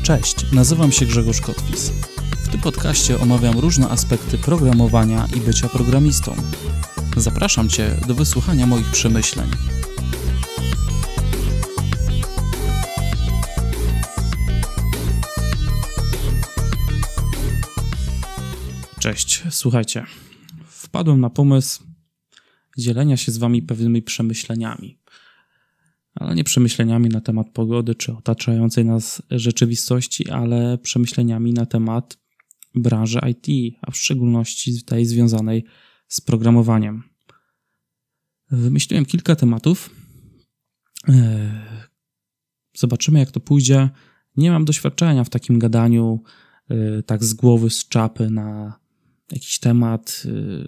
Cześć, nazywam się Grzegorz Kotwis. W tym podcaście omawiam różne aspekty programowania i bycia programistą. Zapraszam Cię do wysłuchania moich przemyśleń. Cześć, słuchajcie. Wpadłem na pomysł dzielenia się z Wami pewnymi przemyśleniami. Ale nie przemyśleniami na temat pogody czy otaczającej nas rzeczywistości, ale przemyśleniami na temat branży IT, a w szczególności tej związanej z programowaniem. Wymyśliłem kilka tematów. Zobaczymy, jak to pójdzie. Nie mam doświadczenia w takim gadaniu tak z głowy, z czapy na jakiś temat.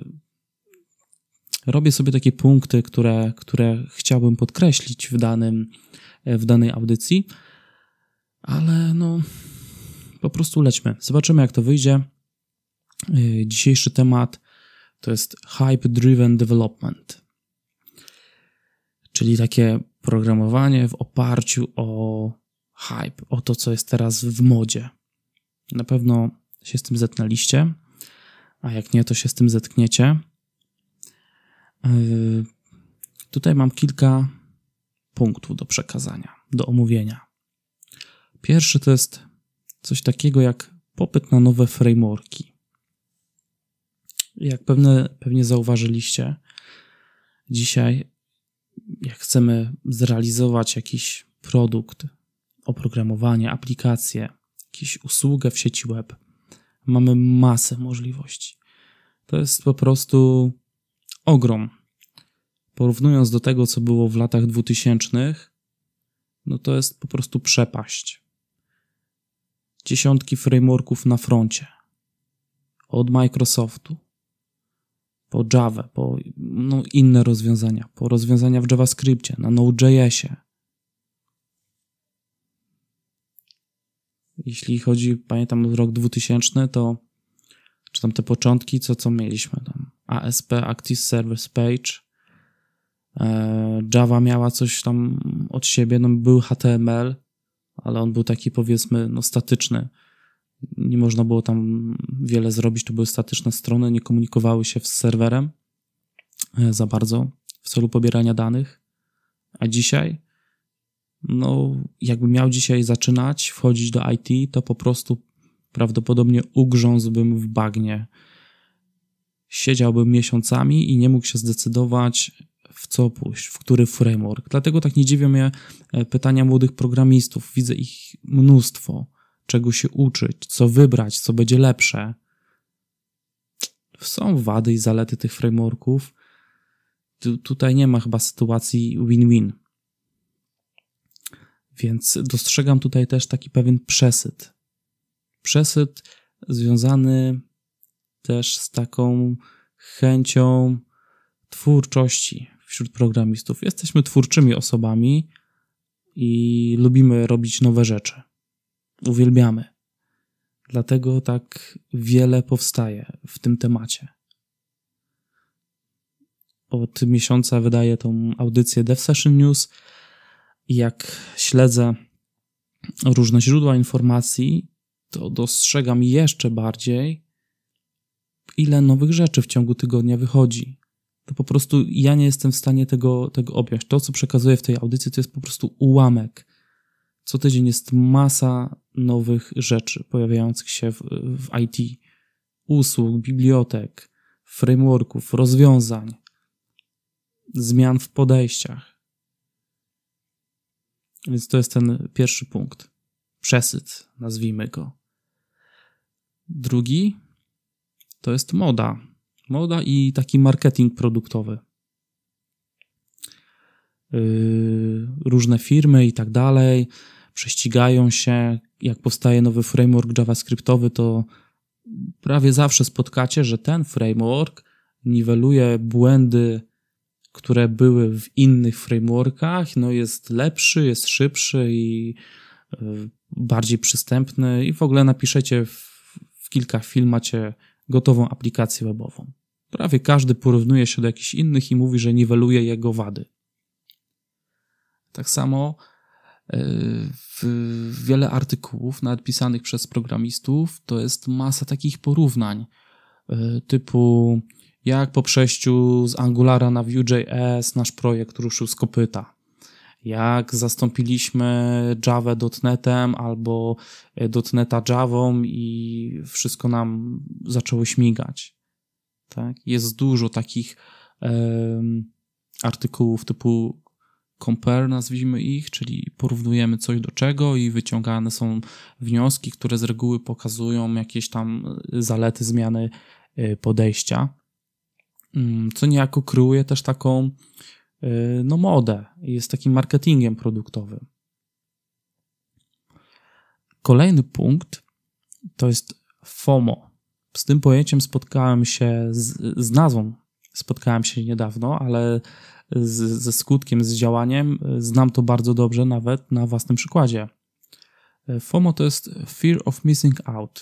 Robię sobie takie punkty, które chciałbym podkreślić w danej audycji, ale po prostu lećmy. Zobaczymy, jak to wyjdzie. Dzisiejszy temat to jest Hype-Driven Development, czyli takie programowanie w oparciu o hype, o to, co jest teraz w modzie. Na pewno się z tym zetknęliście, a jak nie, to się z tym zetkniecie. Tutaj mam kilka punktów do przekazania, do omówienia. Pierwszy to jest coś takiego jak popyt na nowe frameworki. Jak pewnie zauważyliście, dzisiaj jak chcemy zrealizować jakiś produkt, oprogramowanie, aplikację, jakąś usługę w sieci web, mamy masę możliwości. To jest po prostu ogrom. Porównując do tego, co było w latach 2000, to jest po prostu przepaść. Dziesiątki frameworków na froncie. Od Microsoftu, po Java, po inne rozwiązania, po rozwiązania w JavaScriptie, na Node.jsie. Jeśli chodzi, pamiętam rok 2000, to czy tam te początki, co mieliśmy tam? ASP, Active Service Page, Java miała coś tam od siebie, był HTML, ale on był taki, powiedzmy, statyczny. Nie można było tam wiele zrobić, to były statyczne strony, nie komunikowały się z serwerem za bardzo w celu pobierania danych. A dzisiaj, jakbym miał dzisiaj zaczynać, wchodzić do IT, to po prostu prawdopodobnie ugrzązłbym w bagnie. Siedziałbym miesiącami i nie mógł się zdecydować, w co pójść, w który framework. Dlatego tak nie dziwią mnie pytania młodych programistów. Widzę ich mnóstwo. Czego się uczyć, co wybrać, co będzie lepsze. Są wady i zalety tych frameworków. Tutaj nie ma chyba sytuacji win-win. Więc dostrzegam tutaj też taki pewien przesyt. Przesyt związany też z taką chęcią twórczości wśród programistów. Jesteśmy twórczymi osobami i lubimy robić nowe rzeczy. Uwielbiamy. Dlatego tak wiele powstaje w tym temacie. Od miesiąca wydaję tą audycję Dev Session News i jak śledzę różne źródła informacji, to dostrzegam jeszcze bardziej, ile nowych rzeczy w ciągu tygodnia wychodzi. To po prostu ja nie jestem w stanie tego objąć. To, co przekazuję w tej audycji, to jest po prostu ułamek. Co tydzień jest masa nowych rzeczy pojawiających się w IT. Usług, bibliotek, frameworków, rozwiązań, zmian w podejściach. Więc to jest ten pierwszy punkt. Przesyt, nazwijmy go. Drugi to jest moda. Moda i taki marketing produktowy. Różne firmy i tak dalej prześcigają się. Jak powstaje nowy framework javascriptowy, to prawie zawsze spotkacie, że ten framework niweluje błędy, które były w innych frameworkach. Jest lepszy, jest szybszy i bardziej przystępny i w ogóle napiszecie w kilka chwil macie gotową aplikację webową. Prawie każdy porównuje się do jakichś innych i mówi, że niweluje jego wady. Tak samo wiele artykułów, nawet pisanych przez programistów, to jest masa takich porównań, typu jak po przejściu z Angulara na Vue.js nasz projekt ruszył z kopyta, jak zastąpiliśmy Javę .NET-em albo .NET-a Javą i wszystko nam zaczęło śmigać. Tak? Jest dużo takich artykułów typu compare, nazwijmy ich, czyli porównujemy coś do czego i wyciągane są wnioski, które z reguły pokazują jakieś tam zalety, zmiany podejścia, co niejako kreuje też taką modę, jest takim marketingiem produktowym. Kolejny punkt to jest FOMO. Z tym pojęciem spotkałem się, z nazwą spotkałem się niedawno, ale ze skutkiem, z działaniem znam to bardzo dobrze, nawet na własnym przykładzie. FOMO to jest Fear of Missing Out,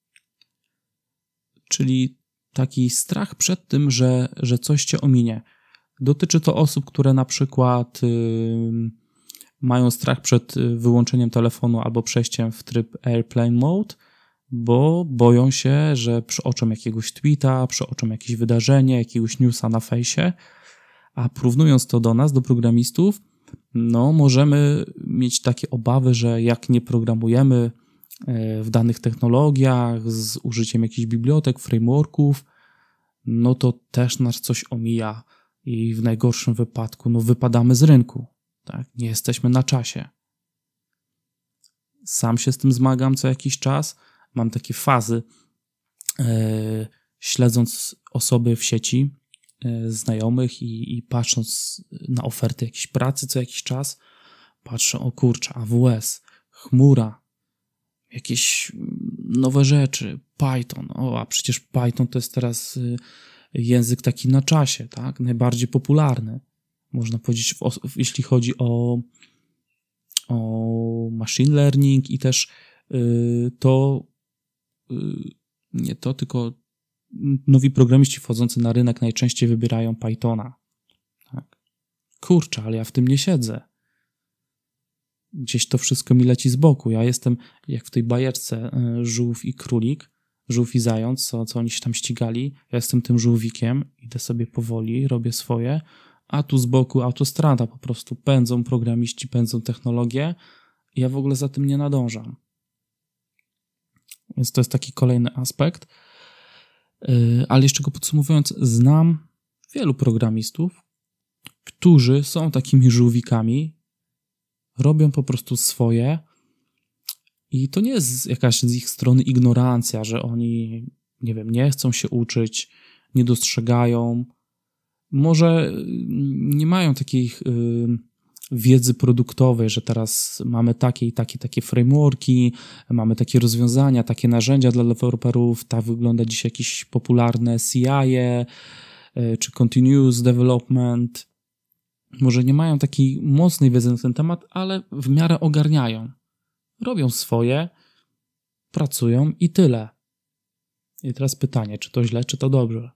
czyli taki strach przed tym, że coś cię ominie. Dotyczy to osób, które na przykład mają strach przed wyłączeniem telefonu albo przejściem w tryb Airplane Mode, bo boją się, że przeoczą jakiegoś tweeta, przeoczą jakieś wydarzenie, jakiegoś newsa na fejsie, a porównując to do nas, do programistów, możemy mieć takie obawy, że jak nie programujemy w danych technologiach z użyciem jakichś bibliotek, frameworków, to też nas coś omija i w najgorszym wypadku wypadamy z rynku. Tak? Nie jesteśmy na czasie. Sam się z tym zmagam co jakiś czas. Mam takie fazy, śledząc osoby w sieci, znajomych i patrząc na oferty jakiejś pracy co jakiś czas, patrzę, o kurczę, AWS, chmura, jakieś nowe rzeczy, Python, a przecież Python to jest teraz język taki na czasie, tak? Najbardziej popularny, można powiedzieć, jeśli chodzi o machine learning i też tylko nowi programiści wchodzący na rynek najczęściej wybierają Pythona. Tak? Kurczę, ale ja w tym nie siedzę. Gdzieś to wszystko mi leci z boku. Ja jestem jak w tej bajeczce żółw i królik, żółw i zając, co oni się tam ścigali. Ja jestem tym żółwikiem, idę sobie powoli, robię swoje, a tu z boku autostrada po prostu. Pędzą programiści, pędzą technologie i ja w ogóle za tym nie nadążam. Więc to jest taki kolejny aspekt. Ale jeszcze go podsumowując, znam wielu programistów, którzy są takimi żółwikami, robią po prostu swoje i to nie jest jakaś z ich strony ignorancja, że oni, nie chcą się uczyć, nie dostrzegają, może nie mają takich wiedzy produktowej, że teraz mamy takie i takie frameworki, mamy takie rozwiązania, takie narzędzia dla deweloperów, tak wygląda dziś jakieś popularne CI czy Continuous Development. Może nie mają takiej mocnej wiedzy na ten temat, ale w miarę ogarniają. Robią swoje, pracują i tyle. I teraz pytanie, czy to źle, czy to dobrze?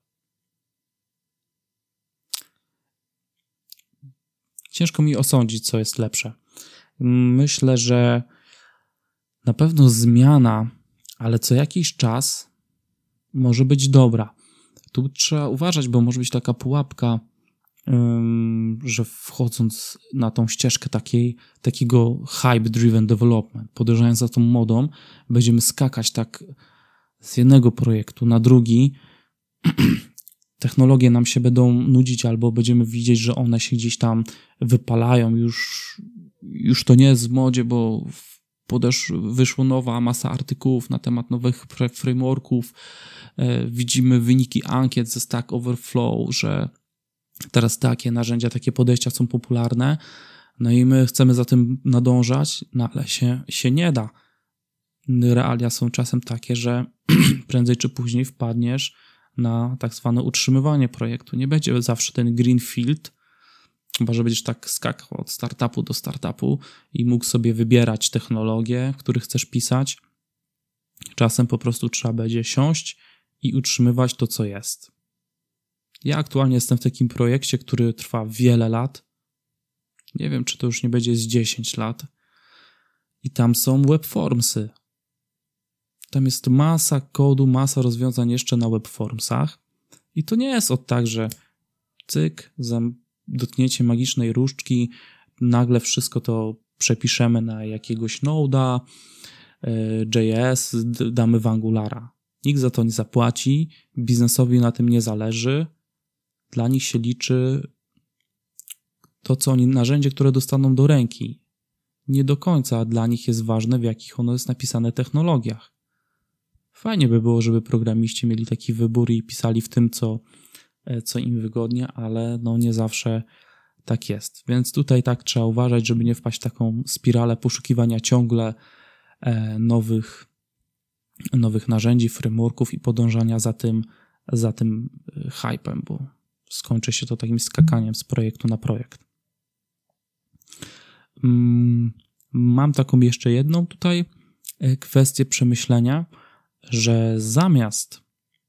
Ciężko mi osądzić, co jest lepsze. Myślę, że na pewno zmiana, ale co jakiś czas może być dobra. Tu trzeba uważać, bo może być taka pułapka, że wchodząc na tą ścieżkę takiego hype-driven development, podążając za tą modą, będziemy skakać tak z jednego projektu na drugi, technologie nam się będą nudzić albo będziemy widzieć, że one się gdzieś tam wypalają, już to nie jest w modzie, bo wyszła nowa masa artykułów na temat nowych frameworków, widzimy wyniki ankiet ze Stack Overflow, że teraz takie narzędzia, takie podejścia są popularne, i my chcemy za tym nadążać, ale się nie da. Realia są czasem takie, że prędzej czy później wpadniesz na tak zwane utrzymywanie projektu. Nie będzie zawsze ten greenfield, chyba że będziesz tak skakał od startupu do startupu i mógł sobie wybierać technologie, w których chcesz pisać. Czasem po prostu trzeba będzie siąść i utrzymywać to, co jest. Ja aktualnie jestem w takim projekcie, który trwa wiele lat. Nie wiem, czy to już nie będzie z 10 lat. I tam są webformsy. Tam jest masa kodu, masa rozwiązań jeszcze na webformsach. I to nie jest tak, że cyk, dotknięcie magicznej różdżki, nagle wszystko to przepiszemy na jakiegoś Node'a, JS, damy w Angulara. Nikt za to nie zapłaci, biznesowi na tym nie zależy. Dla nich się liczy to, co oni, narzędzie, które dostaną do ręki. Nie do końca dla nich jest ważne, w jakich ono jest napisane technologiach. Fajnie by było, żeby programiści mieli taki wybór i pisali w tym, co im wygodnie, ale nie zawsze tak jest. Więc tutaj tak trzeba uważać, żeby nie wpaść w taką spiralę poszukiwania ciągle nowych narzędzi, frameworków i podążania za tym hypem, bo skończy się to takim skakaniem z projektu na projekt. Mam taką jeszcze jedną tutaj kwestię przemyślenia, że zamiast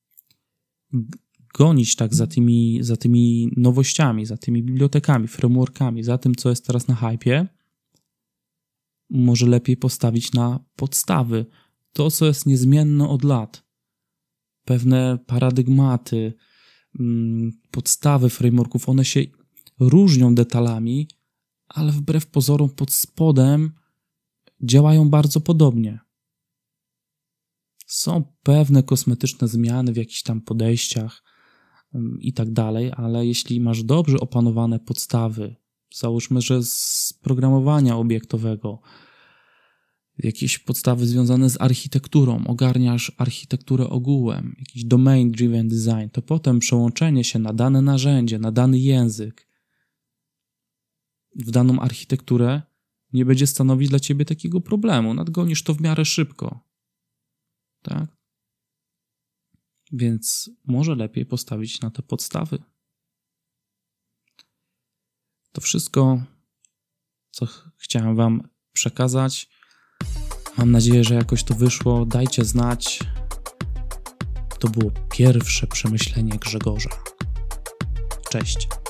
gonić tak za tymi nowościami, za tymi bibliotekami, frameworkami, za tym, co jest teraz na hypie, może lepiej postawić na podstawy. To, co jest niezmienne od lat. Pewne paradygmaty, podstawy frameworków, one się różnią detalami, ale wbrew pozorom pod spodem działają bardzo podobnie. Są pewne kosmetyczne zmiany w jakichś tam podejściach i tak dalej, ale jeśli masz dobrze opanowane podstawy, załóżmy, że z programowania obiektowego, jakieś podstawy związane z architekturą, ogarniasz architekturę ogółem, jakiś domain-driven design, to potem przełączenie się na dane narzędzie, na dany język, w daną architekturę nie będzie stanowić dla ciebie takiego problemu. Nadgonisz to w miarę szybko. Tak? Więc może lepiej postawić na te podstawy. To wszystko, co chciałem wam przekazać. Mam nadzieję, że jakoś to wyszło. Dajcie znać. To było pierwsze przemyślenie Grzegorza. Cześć.